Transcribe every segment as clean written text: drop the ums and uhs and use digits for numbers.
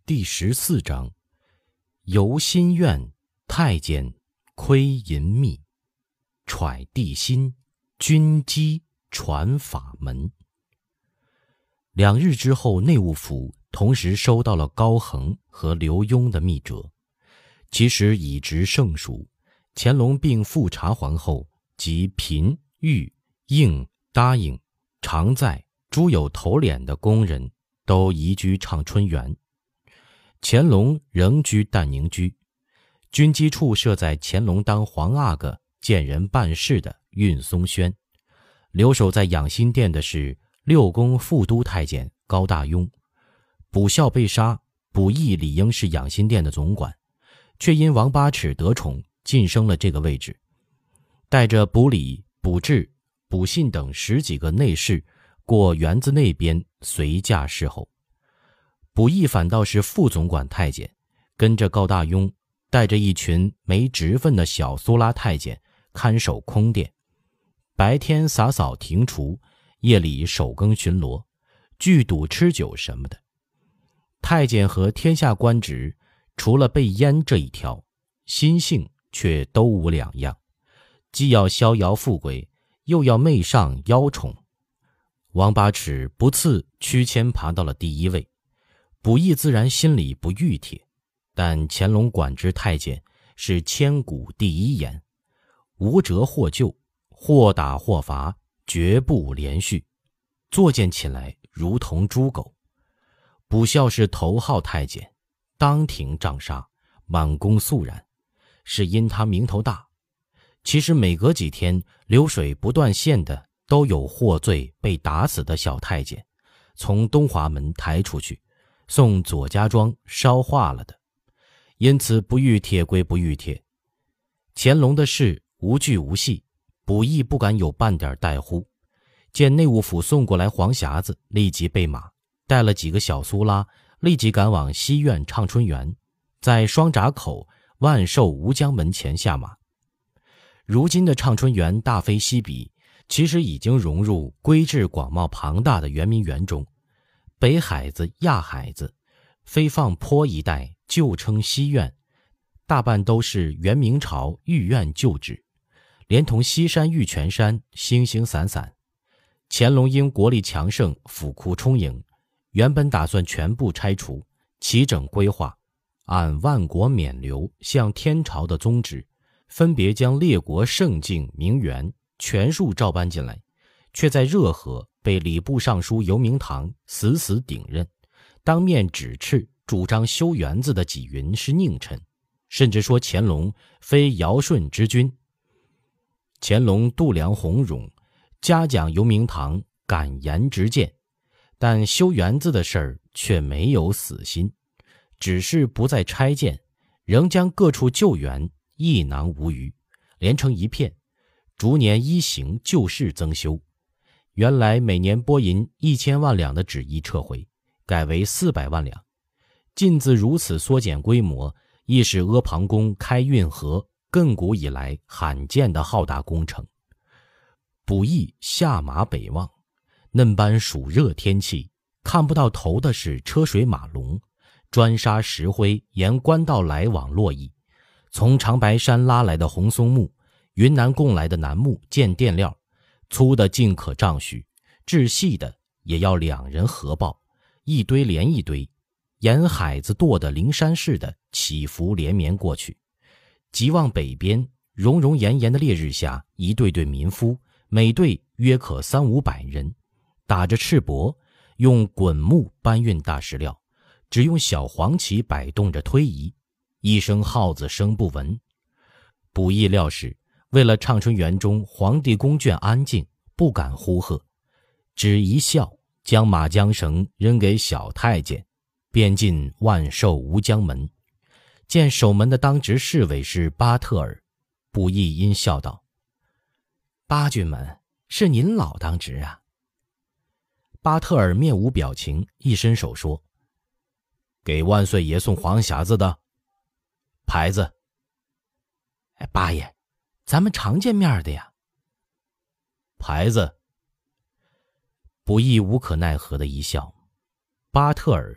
第14章，游心院，太监窥淫秘，揣地心，军机传法门。2日之后，内务府同时收到了高恒和刘墉的密折。其实已值盛暑，乾隆并富察皇后及嫔、御、应、答应、常在诸有头脸的宫人都移居畅春园。乾隆仍居淡宁居，军机处设在乾隆当皇阿哥见人办事的运松轩。留守在养心殿的是六宫副都太监高大庸。卜孝被杀，卜义理应是养心殿的总管，却因王八尺得宠，晋升了这个位置，带着卜理、卜志、卜信等10几个内侍过园子那边随驾侍候。卜义反倒是副总管太监，跟着高大庸，带着一群没职分的小苏拉太监看守空殿，白天洒扫庭除，夜里守更巡逻，聚赌吃酒什么的。太监和天下官职除了被阉这一条，心性却都无两样，既要逍遥富贵，又要媚上邀宠。王八尺不次屈谦爬到了第1位，卜义自然心里不熨帖，但乾隆管制太监是千古第1严，无辙或救，或打或罚，绝不连续，作践起来如同猪狗。卜孝是头号太监，当庭杖杀，满宫肃然，是因他名头大。其实每隔几天流水不断现的都有获罪被打死的小太监，从东华门抬出去，送左家庄烧化了的。因此不熨帖归不熨帖，乾隆的事无巨无细，卜义不敢有半点怠忽。见内务府送过来黄匣子，立即备马，带了几个小苏拉，立即赶往西苑畅春园，在双闸口万寿吴江门前下马。如今的畅春园大非昔比，其实已经融入规制广袤庞大的圆明园中。北海子、亚海子、飞放坡一带旧称西苑，大半都是元明朝御苑旧址，连同西山玉泉山星星散散。乾隆因国力强盛，府库充盈，原本打算全部拆除，齐整规划，按万国免流向天朝的宗旨，分别将列国圣境名园全数照搬进来，却在热河被礼部尚书游明堂死死顶任，当面指斥主张修园子的纪云是佞臣，甚至说乾隆非尧舜之君。乾隆度量宏容，嘉奖游明堂敢言直谏，但修园子的事儿却没有死心，只是不再拆建，仍将各处旧园一囊无余，连成一片，逐年依行旧事增修。原来每年拨银1000万两的旨意撤回，改为400万两。尽自如此缩减规模，亦是阿房宫开运河亘古以来罕见的浩大工程。卜义下马北望，嫩般暑热天气，看不到头的是车水马龙，砖沙石灰沿官道来往络绎，从长白山拉来的红松木，云南供来的楠木建垫料，粗的尽可丈许，至细的也要2人合抱，一堆连一堆，沿海子垛的灵山似的起伏连绵过去。即望北边，熔熔炎炎的烈日下，一队队民夫，每队约可300-500人，打着赤膊，用滚木搬运大石料，只用小黄旗摆动着推移，一声号子声不闻。卜义料是为了畅春园中皇帝宫眷安静，不敢呼喝，只一笑，将马缰绳扔给小太监，便进万寿吴江门。见守门的当值侍卫是巴特尔，卜义因笑道：“八郡们，是您老当值啊。”巴特尔面无表情，一伸手说：“给万岁爷送黄匣子的牌子。”“八爷，咱们常见面的呀。”“牌子。”卜义无可奈何的一笑。巴特尔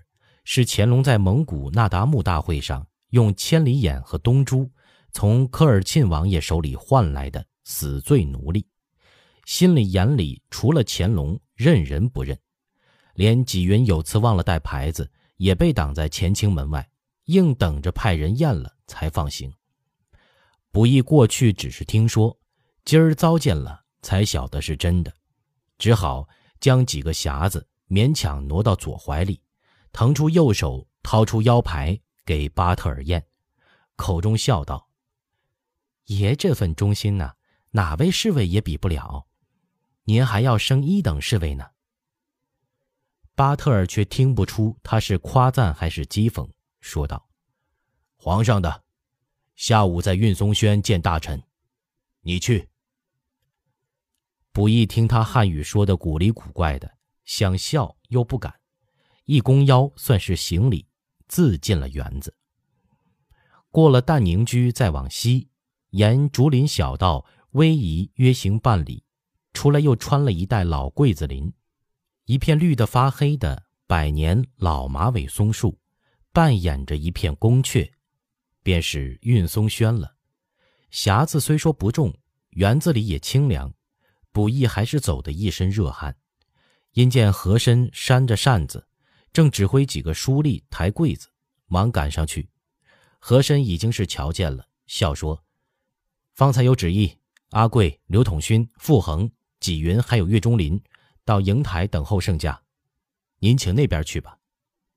是乾隆在蒙古那达慕大会上用千里眼和东珠从科尔沁王爷手里换来的死罪奴隶，心里眼里除了乾隆认人不认，连纪云有次忘了带牌子，也被挡在乾清门外，硬等着派人验了才放行。不义过去只是听说，今儿遭见了才晓得是真的，只好将几个匣子勉强挪到左怀里，腾出右手掏出腰牌给巴特尔验，口中笑道：爷这份忠心啊，哪位侍卫也比不了，您还要升1等侍卫呢。巴特尔却听不出他是夸赞还是讥讽，说道：皇上的，下午在运松轩见大臣，你去。不义听他汉语说的古里古怪的，想笑又不敢，一弓腰算是行礼，自进了园子。过了淡宁居再往西，沿竹林小道逶迤约行半里，出来又穿了一带老桂子林，一片绿得发黑的百年老马尾松树，扮演着一片宫阙，便是运松轩了。匣子虽说不重，园子里也清凉，不义还是走得一身热汗。因见和珅扇着扇子，正指挥几个书吏抬柜子，忙赶上去。和珅已经是瞧见了，笑说：方才有旨意，阿贵、刘统勋、傅恒、纪云还有岳钟林到瀛台等候圣驾，您请那边去吧。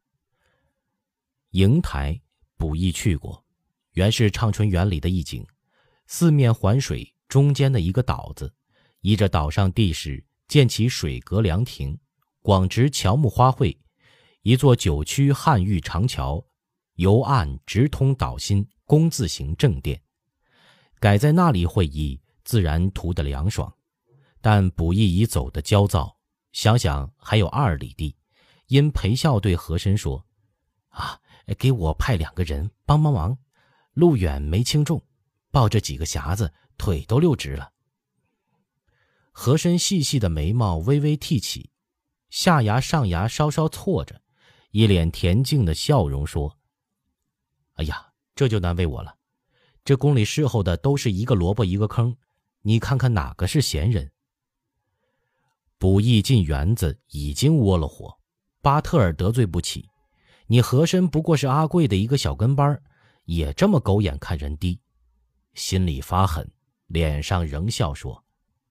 瀛台不义去过，原是畅春园里的一景，四面环水，中间的一个岛子，依着岛上地势建起水阁凉亭，广植乔木花卉，一座9曲汉玉长桥，由岸直通岛心工字形正殿。改在那里会议，自然图得凉爽，但不义已走得焦躁，想想还有2里地，因陪笑对和珅说：给我派2个人帮帮忙，路远没轻重，抱着几个匣子，腿都溜直了。和珅细细的眉毛微微剔起，下牙上牙稍稍错着，一脸恬静的笑容说：哎呀，这就难为我了，这宫里侍候的都是一个萝卜一个坑，你看看哪个是闲人。不义进园子已经窝了火，巴特尔得罪不起，你和珅不过是阿贵的一个小跟班，也这么狗眼看人低，心里发狠，脸上仍笑说：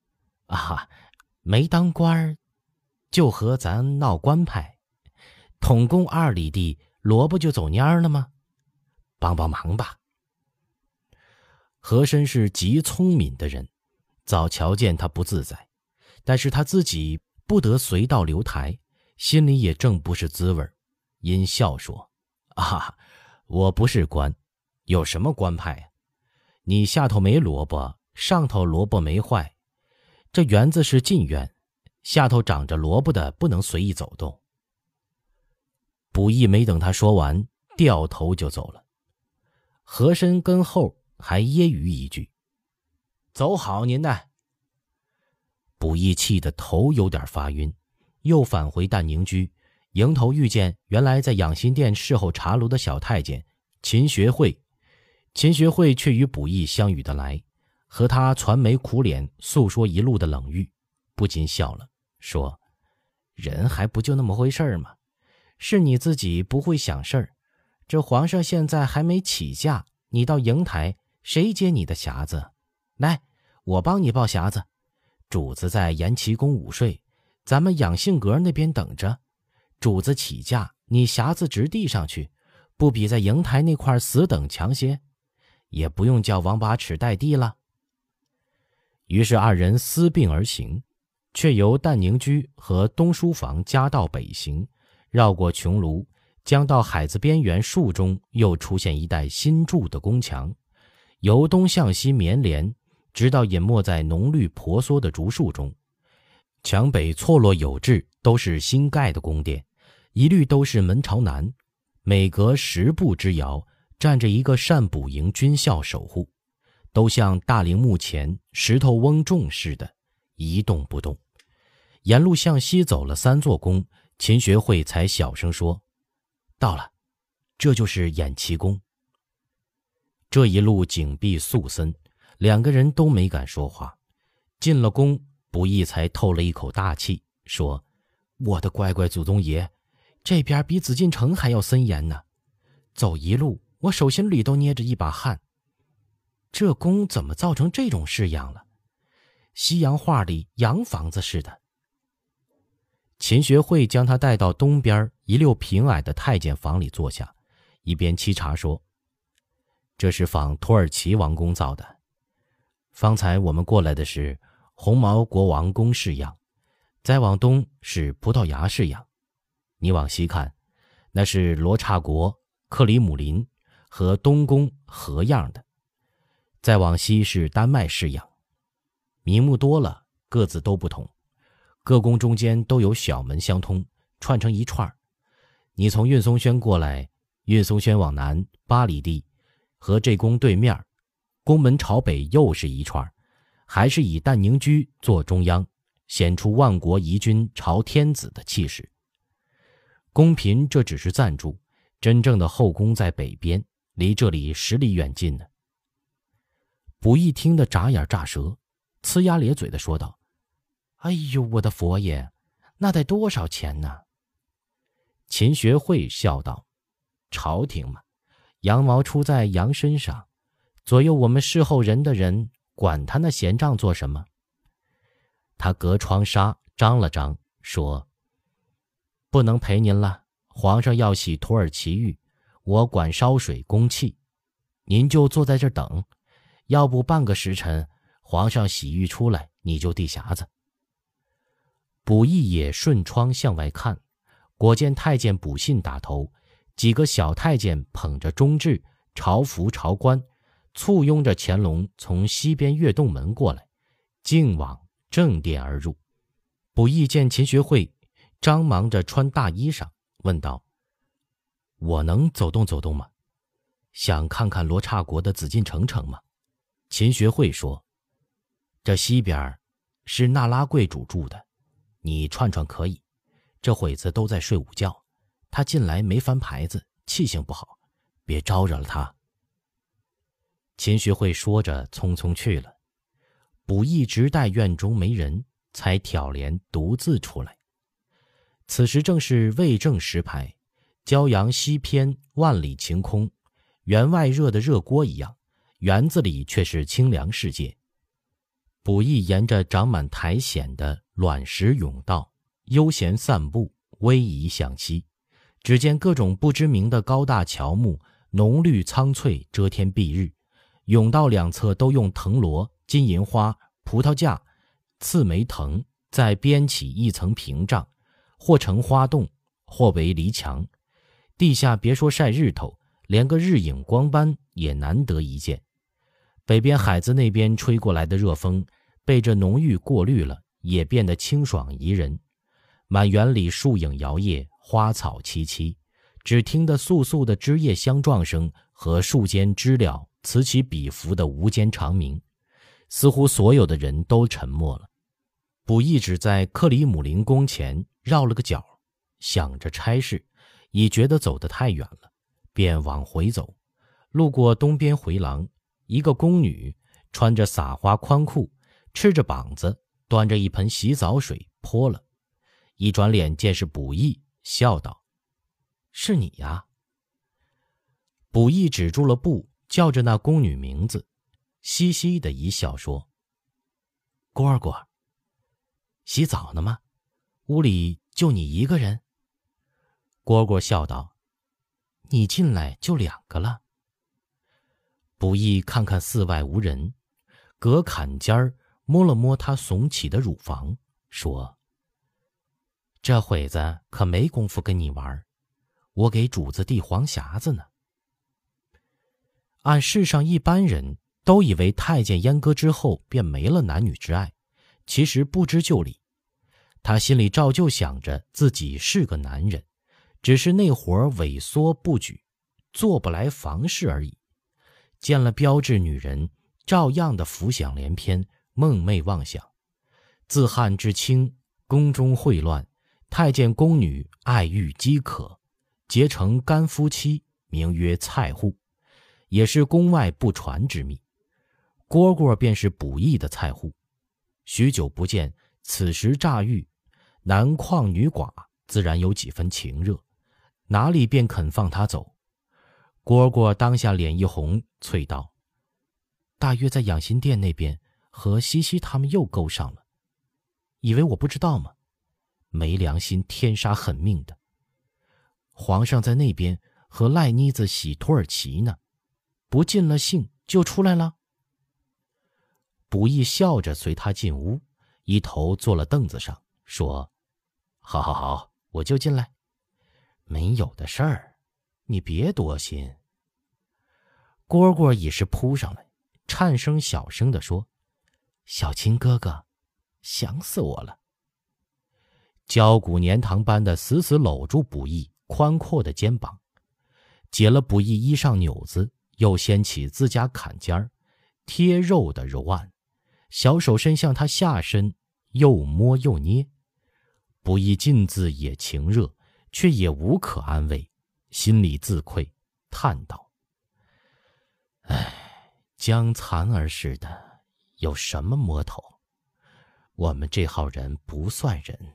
没当官就和咱闹官派，统共2里地，萝卜就走蔫了吗？帮帮忙吧。和珅是极聪明的人，早瞧见他不自在，但是他自己不得随到留台，心里也正不是滋味，因笑说：我不是官，有什么官派啊？你下头没萝卜，上头萝卜没坏，这园子是禁院，下头长着萝卜的不能随意走动。不义没等他说完，掉头就走了。和珅跟后还揶揄一句：走好您的。不义气得头有点发晕，又返回淡宁居，迎头遇见原来在养心殿侍候茶炉的小太监秦学会。秦学会却与不义相与得来，和他传眉苦脸，诉说一路的冷遇，不禁笑了，说：人还不就那么回事吗？是你自己不会想事儿，这皇上现在还没起驾，你到瀛台，谁接你的匣子？来，我帮你抱匣子。主子在延祺宫午睡，咱们养性阁那边等着。主子起驾，你匣子直递上去，不比在瀛台那块死等强些？也不用叫王八尺代替了。于是2人私并而行，却由淡宁居和东书房夹道北行，绕过穹庐，将到海子边缘树中又出现一带新筑的宫墙，由东向西绵连，直到隐没在浓绿婆娑的竹树中。墙北错落有致，都是新盖的宫殿，一律都是门朝南，每隔10步之遥站着一个善补营军校守护，都像大陵墓前石头翁众似的，一动不动。沿路向西走了3座宫，秦学会才小声说： 到了，这就是偃旗宫。这一路景壁肃森，两个人都没敢说话。进了宫，不义才透了一口大气，说：我的乖乖祖宗爷，这边比紫禁城还要森严呢。走一路，我手心里都捏着一把汗。这宫怎么造成这种式样了？西洋画里洋房子似的。秦学会将他带到东边一溜平矮的太监房里坐下，一边沏茶说：这是仿土耳其王宫造的。方才我们过来的是红毛国王宫式样，再往东是葡萄牙式样，你往西看，那是罗刹国、克里姆林和东宫合样的，再往西是丹麦式样。名目多了，各自都不同，各宫中间都有小门相通，串成一串。你从运松轩过来，运松轩往南8里地，和这宫对面，宫门朝北又是一串，还是以淡宁居做中央，显出万国仪君朝天子的气势。宫嫔这只是暂住，真正的后宫在北边，离这里10里远近呢。不义听得眨眼眨舌，呲牙咧嘴地说道：哎呦，我的佛爷，那得多少钱呢？秦学会笑道：朝廷嘛，羊毛出在羊身上，左右我们侍候人的人，管他那闲账做什么？他隔窗纱张了张，说：不能陪您了，皇上要洗土耳其浴，我管烧水供气，您就坐在这儿等，要不半个时辰，皇上洗浴出来，你就递匣子。卜义也顺窗向外看，果见太监卜信打头，几个小太监捧着中制、朝服、朝冠，簇拥着乾隆从西边月洞门过来，径往正殿而入。卜义见秦学会张忙着穿大衣裳，问道：我能走动走动吗？想看看罗刹国的紫禁城城吗？秦学会说：这西边是那拉贵主住的，你串串可以，这会子都在睡午觉，他进来没翻牌子，气性不好，别招惹了他。秦学会说着匆匆去了。卜义直待院中没人，才挑帘独自出来。此时正是魏正时牌，骄阳西偏，万里晴空，园外热得热锅一样，园子里却是清凉世界。卜义沿着长满苔藓的卵石甬道悠闲散步，逶迤向西，只见各种不知名的高大乔木，浓绿苍翠，遮天蔽日。甬道两侧都用藤萝、金银花、葡萄架、刺梅藤再编起一层屏障，或成花洞，或为篱墙。地下别说晒日头，连个日影光斑也难得一见。北边海子那边吹过来的热风，被这浓郁过滤了，也变得清爽宜人。满园里树影摇曳，花草萋萋，只听得簌簌的枝叶相撞声和树间知了此起彼伏的无间长鸣，似乎所有的人都沉默了。卜义只在克里姆林宫前绕了个角，想着差事，已觉得走得太远了，便往回走。路过东边回廊，一个宫女穿着撒花宽裤，赤着膀子，端着一盆洗澡水泼了。一转脸见是卜义，笑道：是你呀。卜义止住了步，叫着那宫女名字，嘻嘻的一笑说：蝈蝈，洗澡呢吗？屋里就你一个人？蝈蝈笑道：你进来就2个了。卜义看看寺外无人，隔坎间儿摸了摸她耸起的乳房，说：这会子可没工夫跟你玩，我给主子递黄匣子呢。按世上一般人都以为太监阉割之后便没了男女之爱，其实不知就里。他心里照旧想着自己是个男人，只是那会儿萎缩不举，做不来房事而已。见了标致女人，照样的浮想联翩，梦寐妄想。自汉之清，宫中秽乱，太监宫女爱欲饥渴， 结成干夫妻，名曰蔡户，也是宫外不传之秘。蝈蝈便是卜义的蔡户。许久不见，此时乍遇，男旷女寡，自然有几分情热，哪里便肯放他走。蝈蝈当下脸一红，啐道：大约在养心殿那边和西西他们又勾上了，以为我不知道吗？没良心天杀狠命的。皇上在那边和赖妮子洗土耳其呢，不尽了兴就出来了。卜义笑着随他进屋，一头坐了凳子上，说：好好好，我就进来。没有的事儿，你别多心。蝈蝈已是扑上来，颤声小声地说：小亲哥哥，想死我了。焦骨粘糖般的死死搂住卜义宽阔的肩膀，解了卜义衣上纽子，又掀起自家坎肩儿，贴肉的揉按，小手伸向他下身，又摸又捏。卜义尽自也情热，却也无可安慰，心里自愧，叹道：唉，江蚕儿似的，有什么摸头？我们这号人不算人。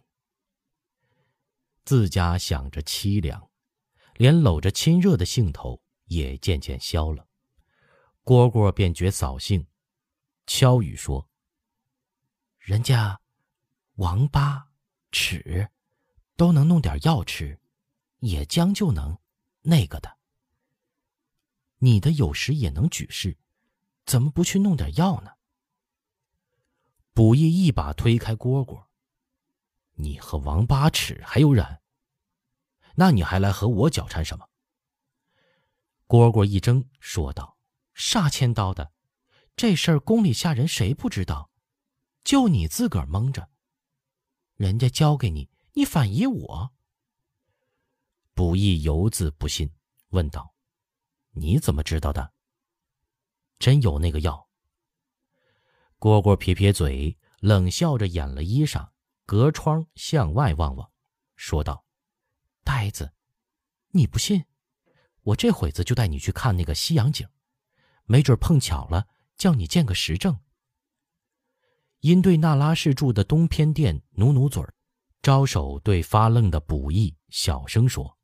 自家想着凄凉，连搂着亲热的兴头也渐渐消了。蝈蝈便觉扫兴，悄语说：人家王八、齿都能弄点药吃，也将就能那个的。你的有时也能举事，怎么不去弄点药呢？卜义一把推开蝈蝈：你和王八齿还有染？那你还来和我搅缠什么？蝈蝈一怔，说道：煞千刀的，这事儿宫里下人谁不知道？就你自个儿蒙着，人家交给你，你反疑我。卜义犹自不信，问道：你怎么知道的？真有那个药？蝈蝈撇撇嘴，冷笑着掩了衣裳，隔窗向外望望，说道：呆子，你不信？我这会子就带你去看那个西洋景，没准碰巧了，叫你见个实证。因对那拉氏住的东偏殿努努嘴儿，招手对发愣的卜义小声说：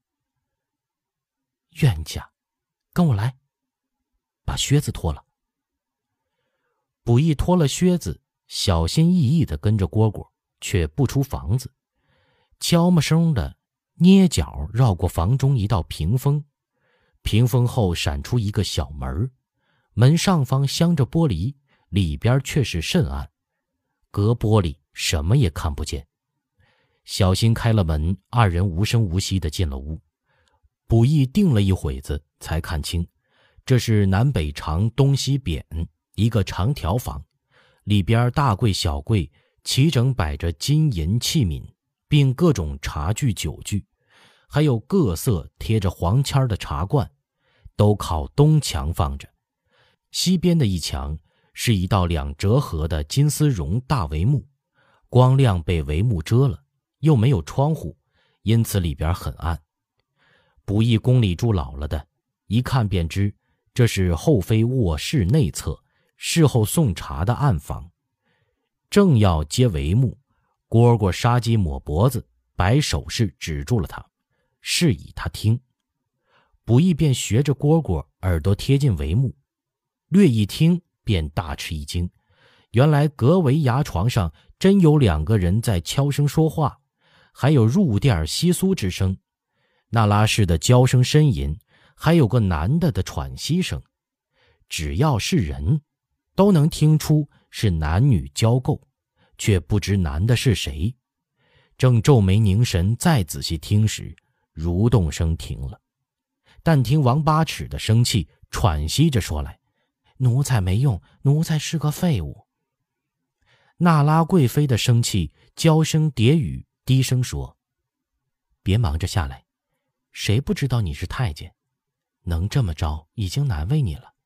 冤家，跟我来，把靴子脱了。卜义脱了靴子，小心翼翼地跟着蝈蝈，却不出房子，悄么声的捏脚绕过房中一道屏风，屏风后闪出一个小门，门上方镶着玻璃，里边却是甚暗，隔玻璃什么也看不见。小心开了门，二人无声无息地进了屋。卜义定了一会子，才看清，这是南北长东西扁一个长条房，里边大柜小柜齐整摆着金银器皿，并各种茶具酒具，还有各色贴着黄签的茶罐，都靠东墙放着。西边的一墙是一道2折合的金丝绒大帷幕，光亮被帷幕遮了，又没有窗户，因此里边很暗。卜义宫里住老了的，一看便知这是后妃卧室内侧事后送茶的暗房。正要揭帷幕，蝈蝈杀鸡抹脖子，摆手势止住了他，示意他听。卜义便学着蝈蝈耳朵贴近帷幕，略一听便大吃一惊，原来隔围牙床上真有2个人在悄声说话，还有入店窸窣之声，那拉氏的娇声呻吟，还有个男的喘息声。只要是人，都能听出是男女交媾，却不知男的是谁。正皱眉凝神再仔细听时，蠕动声停了，但听王八尺的生气喘息着说来：奴才没用，奴才是个废物。那拉贵妃的生气娇声叠语，低声说：别忙着下来，谁不知道你是太监，能这么着已经难为你了。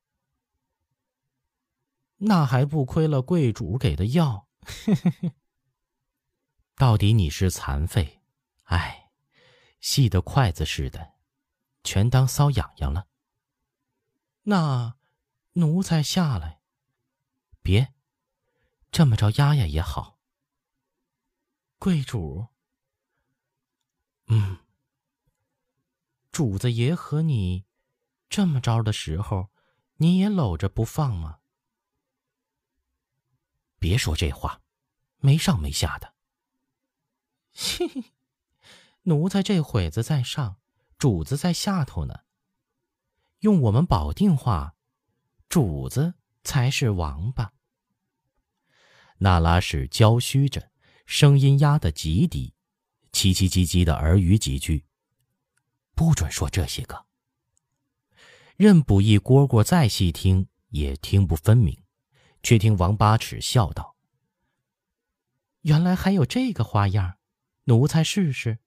那还不亏了贵主给的药。到底你是残废，哎，细的筷子似的， 全当搔痒痒了。那奴才下来。别，这么着压压也好。贵主，主子爷和你这么着的时候，你也搂着不放吗？别说这话，没上没下的。嘿嘿，奴才这会子在上，主子在下头呢。用我们保定话，主子才是王八。那拉氏娇虚着，声音压得极低，叽叽叽叽的耳语几句。不准说这些个。任卜义蝈蝈再细听，也听不分明，却听王八尺笑道：“原来还有这个花样，奴才试试。”